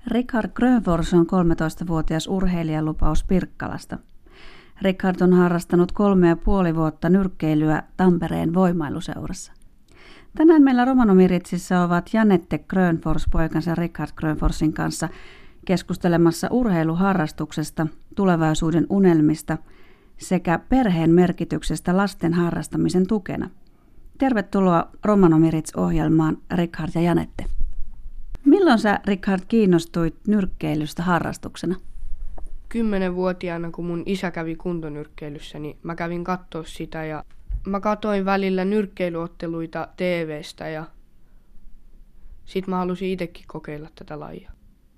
Richard Grönfors on 13-vuotias urheilijalupaus Pirkkalasta. Richard on harrastanut 3,5 vuotta nyrkkeilyä Tampereen voimailuseurassa. Tänään meillä Romanomiritsissä ovat Janette Grönfors poikansa Richard Grönforsin kanssa keskustelemassa urheiluharrastuksesta, tulevaisuuden unelmista sekä perheen merkityksestä lasten harrastamisen tukena. Tervetuloa Romanomiritz-ohjelmaan, Richard ja Janette. Milloin sä, Richard, kiinnostuit nyrkkeilystä harrastuksena? 10-vuotiaana, kun mun isä kävi kuntonyrkkeilyssä, niin mä kävin kattoo sitä ja mä katoin välillä nyrkkeilyotteluita TV:stä ja sit mä halusin itsekin kokeilla tätä lajia.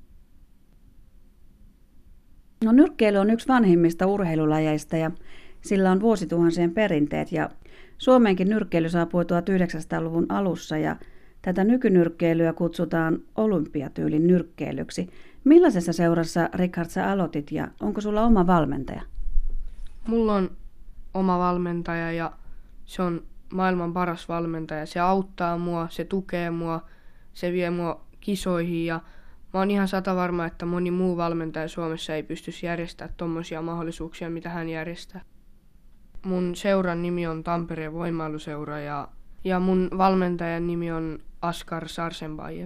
No, nyrkkeily on yksi vanhimmista urheilulajeista ja sillä on vuosituhansien perinteet ja Suomeenkin nyrkkeily saapui 1900-luvun alussa ja tätä nykynyrkkeilyä kutsutaan olympiatyylin nyrkkeilyksi. Millaisessa seurassa, Richard, sä aloitit ja onko sulla oma valmentaja? Mulla on oma valmentaja ja se on maailman paras valmentaja. Se auttaa mua, se tukee mua, se vie mua kisoihin ja mä oon ihan satavarma, että moni muu valmentaja Suomessa ei pystyisi järjestämään tommosia mahdollisuuksia, mitä hän järjestää. Mun seuran nimi on Tampereen voimailuseura ja mun valmentajan nimi on Askar Sarsenbajev.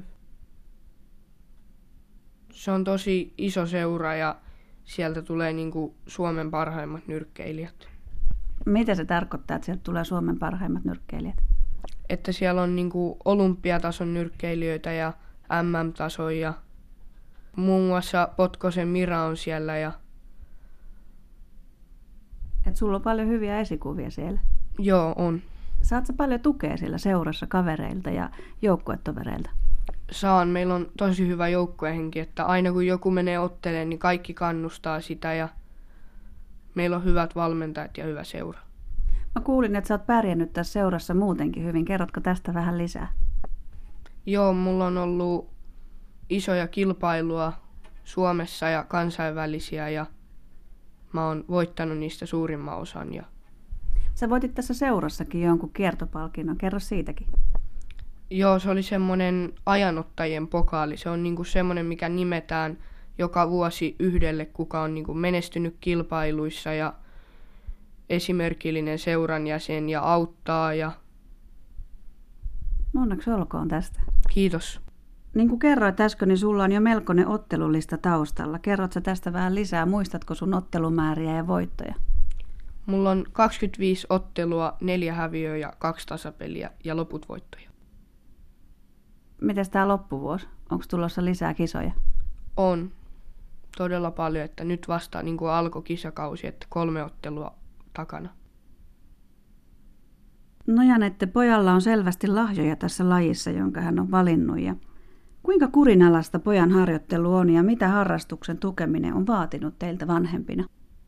Se on tosi iso seura ja sieltä tulee niinku Suomen parhaimmat nyrkkeilijät. Mitä se tarkoittaa, että sieltä tulee Suomen parhaimmat nyrkkeilijät? Että siellä on niinku olympiatason nyrkkeilijöitä ja MM-tason ja muun muassa Potkosen Mira on siellä. Et sulla on paljon hyviä esikuvia siellä. Joo, on. Saat sä paljon tukea siellä seurassa kavereilta ja joukkuetovereilta? Saan. Meillä on tosi hyvä joukkuehenki, että aina kun joku menee ottelemaan, niin kaikki kannustaa sitä ja meillä on hyvät valmentajat ja hyvä seura. Mä kuulin, että sä oot pärjännyt tässä seurassa muutenkin hyvin. Kerrotko tästä vähän lisää? Joo, mulla on ollut isoja kilpailua Suomessa ja kansainvälisiä ja mä oon voittanut niistä suurimman osan. Sä voitit tässä seurassakin jonkun kiertopalkinnon. Kerro siitäkin. Joo, se oli semmoinen ajanottajien pokaali. Se on niinku semmoinen, mikä nimetään joka vuosi yhdelle, kuka on niinku menestynyt kilpailuissa ja esimerkillinen seuran jäsen ja auttaa. Onneksi olkoon tästä. Kiitos. Niin kuin kerroit äsken, niin sulla on jo melkoinen ottelulista taustalla. Kerrot sä tästä vähän lisää? Muistatko sun ottelumääriä ja voittoja? Mulla on 25 ottelua, 4 häviöä ja 2 tasapeliä ja loput voittoja. Mites tää loppuvuosi? Onko tulossa lisää kisoja? On. Todella paljon, että nyt vasta niin kuin alkoi kisakausi, että 3 ottelua takana. No Janette, pojalla on selvästi lahjoja tässä lajissa, jonka hän on valinnut. Ja kuinka kurinalaista pojan harjoittelu on ja mitä harrastuksen tukeminen on vaatinut teiltä vanhempina?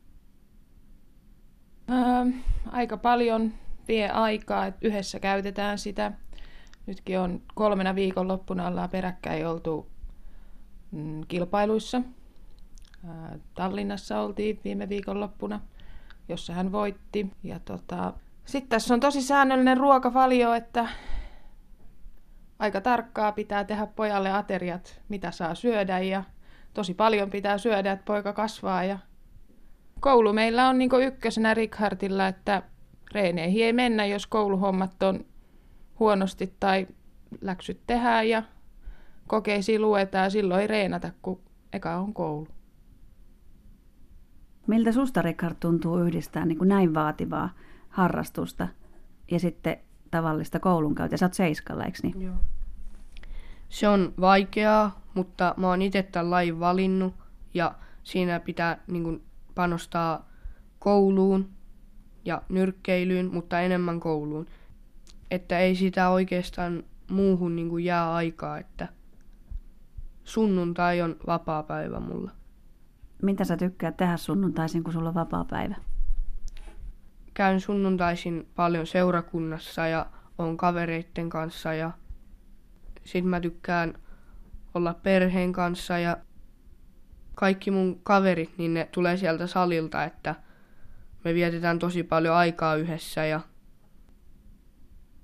Aika paljon vie aikaa, että yhdessä käytetään sitä. Nytkin on 3 viikonloppuna ollaan peräkkäin oltu kilpailuissa. Tallinnassa oltiin viime viikonloppuna, jossa hän voitti. Ja sitten tässä on tosi säännöllinen ruokavalio, että aika tarkkaa pitää tehdä pojalle ateriat, mitä saa syödä. Ja tosi paljon pitää syödä, että poika kasvaa. Ja koulu meillä on niin ykkösenä Richardilla, että reeneihin ei mennä, jos kouluhommat on huonosti tai läksyt tehdään ja kokeisiin luetaan. Silloin ei reenata, kun eka on koulu. Miltä susta, Richard, tuntuu yhdistää niin kuin näin vaativaa harrastusta ja sitten tavallista koulunkäyntiä? Sä oot 7, eikö niin? Joo. Se on vaikeaa, mutta mä oon itse tämän lajin valinnut ja siinä pitää niin kuin panostaa kouluun ja nyrkkeilyyn, mutta enemmän kouluun. Että ei sitä oikeastaan muuhun niin kuin jää aikaa, että sunnuntai on vapaapäivä mulla. Mitä sä tykkäät tehdä sunnuntaisin, kun sulla on vapaapäivä? Käyn sunnuntaisin paljon seurakunnassa ja on kavereitten kanssa ja sit mä tykkään olla perheen kanssa ja kaikki mun kaverit, niin ne tulee sieltä salilta, että me vietetään tosi paljon aikaa yhdessä ja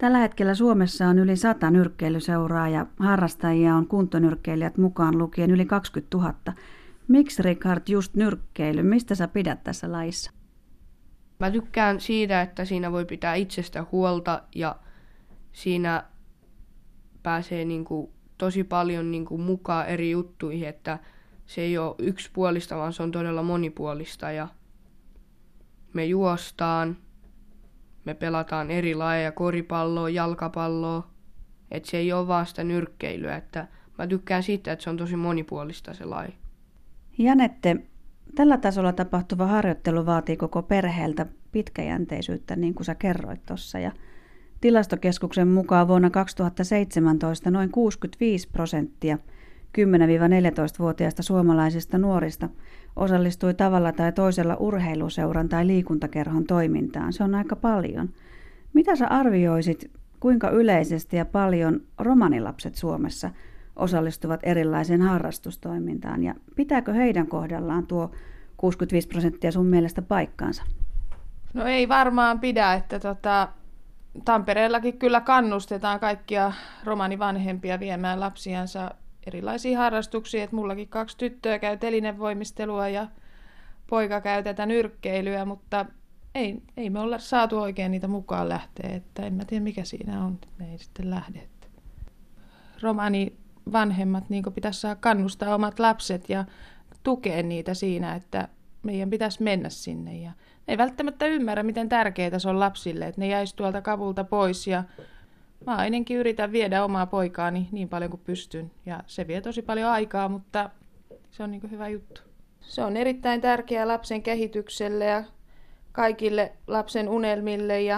Tällä hetkellä Suomessa on yli 100 nyrkkeilyseuraa ja harrastajia on kuntonyrkkeilijät mukaan lukien yli 20 000. Miksi, Richard, just nyrkkeily? Mistä sä pidät tässä lajissa? Mä tykkään siitä, että siinä voi pitää itsestä huolta ja siinä pääsee tosi paljon mukaan eri juttuihin, että se ei ole yksipuolista, vaan se on todella monipuolista ja me juostaan, me pelataan eri lajeja, koripalloa, jalkapalloa, että se ei ole vaan sitä nyrkkeilyä, että mä tykkään siitä, että se on tosi monipuolista se laji. Janette, tällä tasolla tapahtuva harjoittelu vaatii koko perheeltä pitkäjänteisyyttä, niin kuin sä kerroit tuossa. Ja Tilastokeskuksen mukaan vuonna 2017 noin 65% 10-14-vuotiaista suomalaisista nuorista osallistui tavalla tai toisella urheiluseuran tai liikuntakerhon toimintaan. Se on aika paljon. Mitä sä arvioisit, kuinka yleisesti ja paljon romanilapset Suomessa osallistuvat erilaiseen harrastustoimintaan ja pitääkö heidän kohdallaan tuo 65% sun mielestä paikkaansa? No ei varmaan pidä, että Tampereellakin kyllä kannustetaan kaikkia romanivanhempia viemään lapsiansa erilaisiin harrastuksiin, että mullakin 2 tyttöä käy telinevoimistelua ja poika käy tätä nyrkkeilyä, mutta ei me olla saatu oikein niitä mukaan lähteä, että en mä tiedä mikä siinä on, että ne ei sitten lähde. Romanivanhemmat pitäisi saada kannustaa omat lapset ja tukea niitä siinä, että meidän pitäisi mennä sinne. Ja ne ei välttämättä ymmärrä, miten tärkeää se on lapsille, että ne jäisi tuolta kavulta pois. Ja mä ainakin yritän viedä omaa poikaani niin paljon kuin pystyn. Ja se vie tosi paljon aikaa, mutta se on hyvä juttu. Se on erittäin tärkeää lapsen kehitykselle ja kaikille lapsen unelmille. Ja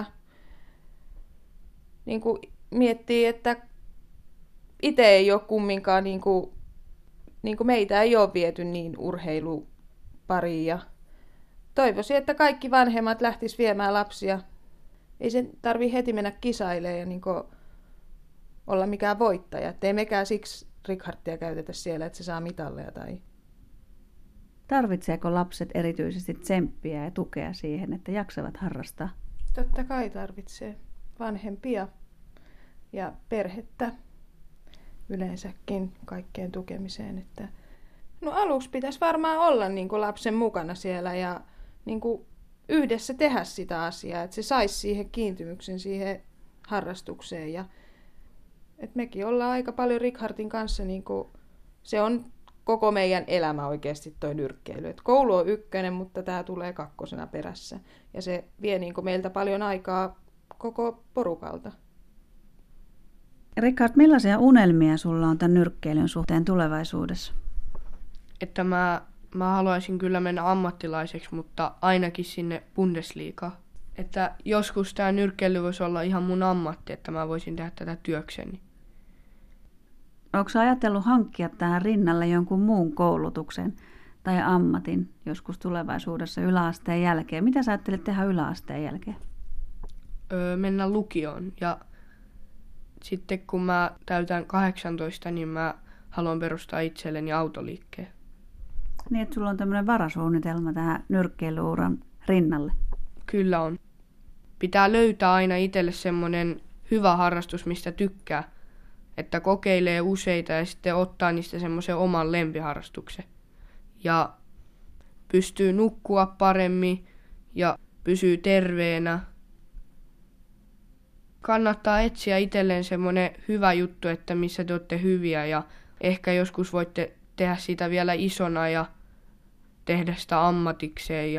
miettii, että itse ei ole kumminkaan, meitä ei ole viety niin urheilupariin. Ja toivoisin, että kaikki vanhemmat lähtis viemään lapsia. Ei sen tarvitse heti mennä kisailemaan ja olla mikään voittaja. Että ei mekään siksi Richardia käytetä siellä, että se saa mitalleja. Tarvitseeko lapset erityisesti tsemppiä ja tukea siihen, että jaksavat harrastaa? Totta kai tarvitsee vanhempia ja perhettä yleensäkin kaikkeen tukemiseen. Että aluksi pitäisi varmaan olla lapsen mukana siellä ja yhdessä tehdä sitä asiaa, että se saisi siihen kiintymyksen siihen harrastukseen. Ja, että mekin ollaan aika paljon Richardin kanssa, se on koko meidän elämä oikeasti toi nyrkkeily. Et koulu on 1, mutta tämä tulee 2 perässä. Ja se vie meiltä paljon aikaa koko porukalta. Richard, millaisia unelmia sulla on tämän nyrkkeilyn suhteen tulevaisuudessa? Että mä haluaisin kyllä mennä ammattilaiseksi, mutta ainakin sinne Bundesliigaan. Että joskus tämä nyrkkeily voisi olla ihan mun ammatti, että mä voisin tehdä tätä työkseni. Onko sä ajatellut hankkia tähän rinnalle jonkun muun koulutuksen tai ammatin joskus tulevaisuudessa yläasteen jälkeen? Mitä sä ajattelet tehdä yläasteen jälkeen? Mennä lukioon ja sitten kun mä täytän 18, niin mä haluan perustaa itselleni autoliikkeen. Niin, että sulla on tämmöinen varasuunnitelma tähän nyrkkeilyuran rinnalle? Kyllä on. Pitää löytää aina itselle semmoinen hyvä harrastus, mistä tykkää. Että kokeilee useita ja sitten ottaa niistä semmoisen oman lempiharrastuksen. Ja pystyy nukkua paremmin ja pysyy terveenä. Kannattaa etsiä itselleen semmoinen hyvä juttu, että missä te olette hyviä ja ehkä joskus voitte tehdä sitä vielä isona ja tehdä sitä ammatikseen.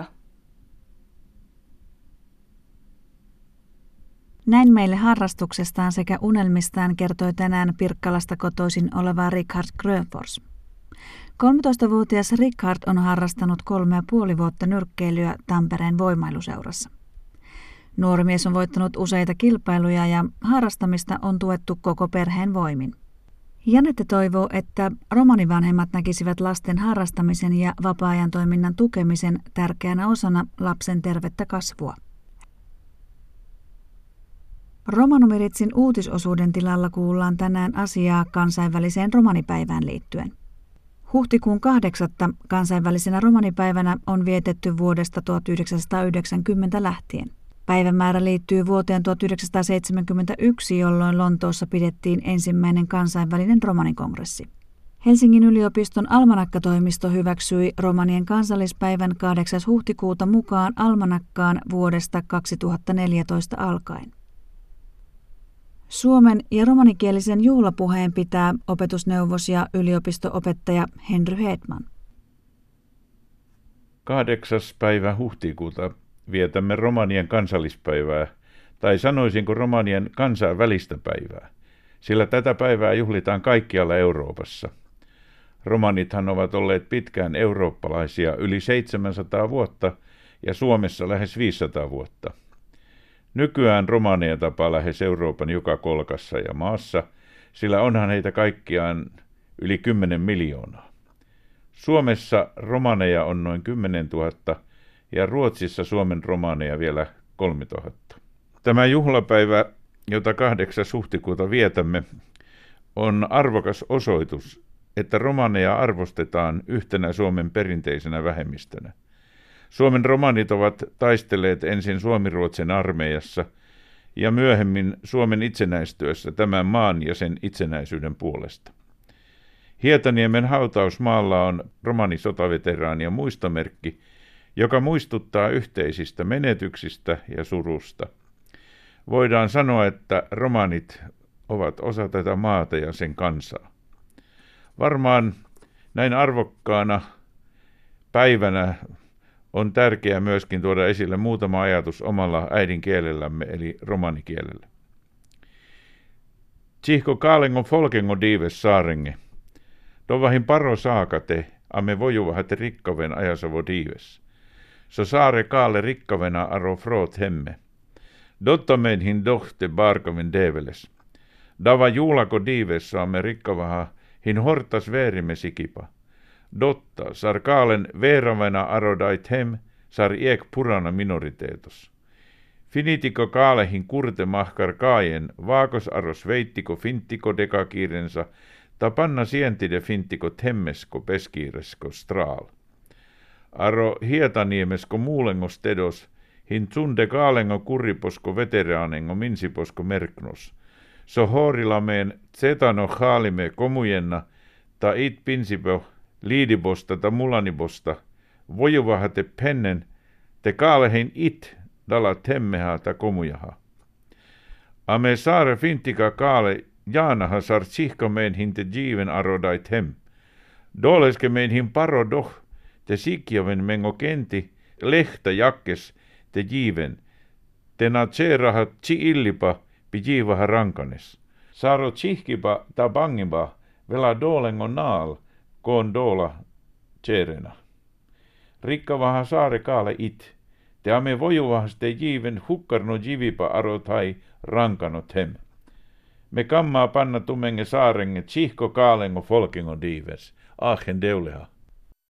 Näin meille harrastuksestaan sekä unelmistaan kertoi tänään Pirkkalasta kotoisin oleva Richard Grönfors. 13-vuotias Richard on harrastanut 3,5 vuotta nyrkkeilyä Tampereen voimailuseurassa. Nuori mies on voittanut useita kilpailuja ja harrastamista on tuettu koko perheen voimin. Janette toivoo, että romanivanhemmat näkisivät lasten harrastamisen ja vapaa-ajan toiminnan tukemisen tärkeänä osana lapsen tervettä kasvua. Romanumeritsin uutisosuuden tilalla kuullaan tänään asiaa kansainväliseen romanipäivään liittyen. Huhtikuun 8. kansainvälisenä romanipäivänä on vietetty vuodesta 1990 lähtien. Päivämäärä liittyy vuoteen 1971, jolloin Lontoossa pidettiin ensimmäinen kansainvälinen romanikongressi. Helsingin yliopiston almanakkatoimisto hyväksyi romanien kansallispäivän 8. huhtikuuta mukaan almanakkaan vuodesta 2014 alkaen. Suomen ja romanikielisen juhlapuheen pitää opetusneuvos ja yliopisto-opettaja Henry Hedman. 8. päivä huhtikuuta vietämme romanien kansallispäivää, tai sanoisinko romanien kansainvälistä päivää, sillä tätä päivää juhlitaan kaikkialla Euroopassa. Romanithan ovat olleet pitkään eurooppalaisia yli 700 vuotta ja Suomessa lähes 500 vuotta. Nykyään romaneja tapaa lähes Euroopan joka kolkassa ja maassa, sillä onhan heitä kaikkiaan yli 10 miljoonaa. Suomessa romaneja on noin 10 000 ja Ruotsissa Suomen romaneja vielä 3 000. Tämä juhlapäivä, jota 8. huhtikuuta vietämme, on arvokas osoitus, että romaneja arvostetaan yhtenä Suomen perinteisenä vähemmistönä. Suomen romanit ovat taistelleet ensin Suomi-Ruotsin armeijassa ja myöhemmin Suomen itsenäistyessä tämän maan ja sen itsenäisyyden puolesta. Hietaniemen hautausmaalla on romanisotaveteraanien muistomerkki, joka muistuttaa yhteisistä menetyksistä ja surusta. Voidaan sanoa, että romanit ovat osa tätä maata ja sen kansaa. Varmaan näin arvokkaana päivänä on tärkeää myöskin tuoda esille muutama ajatus omalla äidinkielellämme eli romanikielellä. Tsihko kaalengo folkengo diives saarenge. Dovahin paro saakate, amme vojuvahat rikkaven ajasavo diives. So saare kaale rikkavena aro frot hemme. Dottamen hin dohte barkaven develes. Dava juulako diives saamme rikkavaha hin hortas veerimme sikipa. Dotta, sar kaalen veeravena arodait hem, sar iek purana minoriteetos. Finitiko kaalehin kurte mahkar kaajen, vaakos aros veittiko finttiko dekakiirensa, ta panna sientide finttiko temmesko peskiiresko straal. Aro hietaniemesko muulengos tedos, hin tsunde kaalengo kuriposko veteraanengo minsiposko merknos. So horilameen zetano haalime komujenna, ta it pinsipo liidibosta ta mulanibosta, vojuvaha te pennen, te kaalehin it dala temmeha ta komujaha. Ame saare fintika kaale jaanaha sar tsihka meen hin te jiiven arodait hem. Doleske meen hin paro doh, te sikjaven mengo kenti, lehtä jakkes te jiiven, te natseeraha tsi illipa pi jiivaha rankanes. Saaro tsihkipa ta bangiba, vela dolengo naal, koon doola tserena. Rikkavaha saare kaale it, te ame vojuvahas te jiiven hukkarno jivipa arotai rankanot hem. Me kammaa panna tumenge saarenge tsihko kaalengo folkengo diives, ahen deuleha.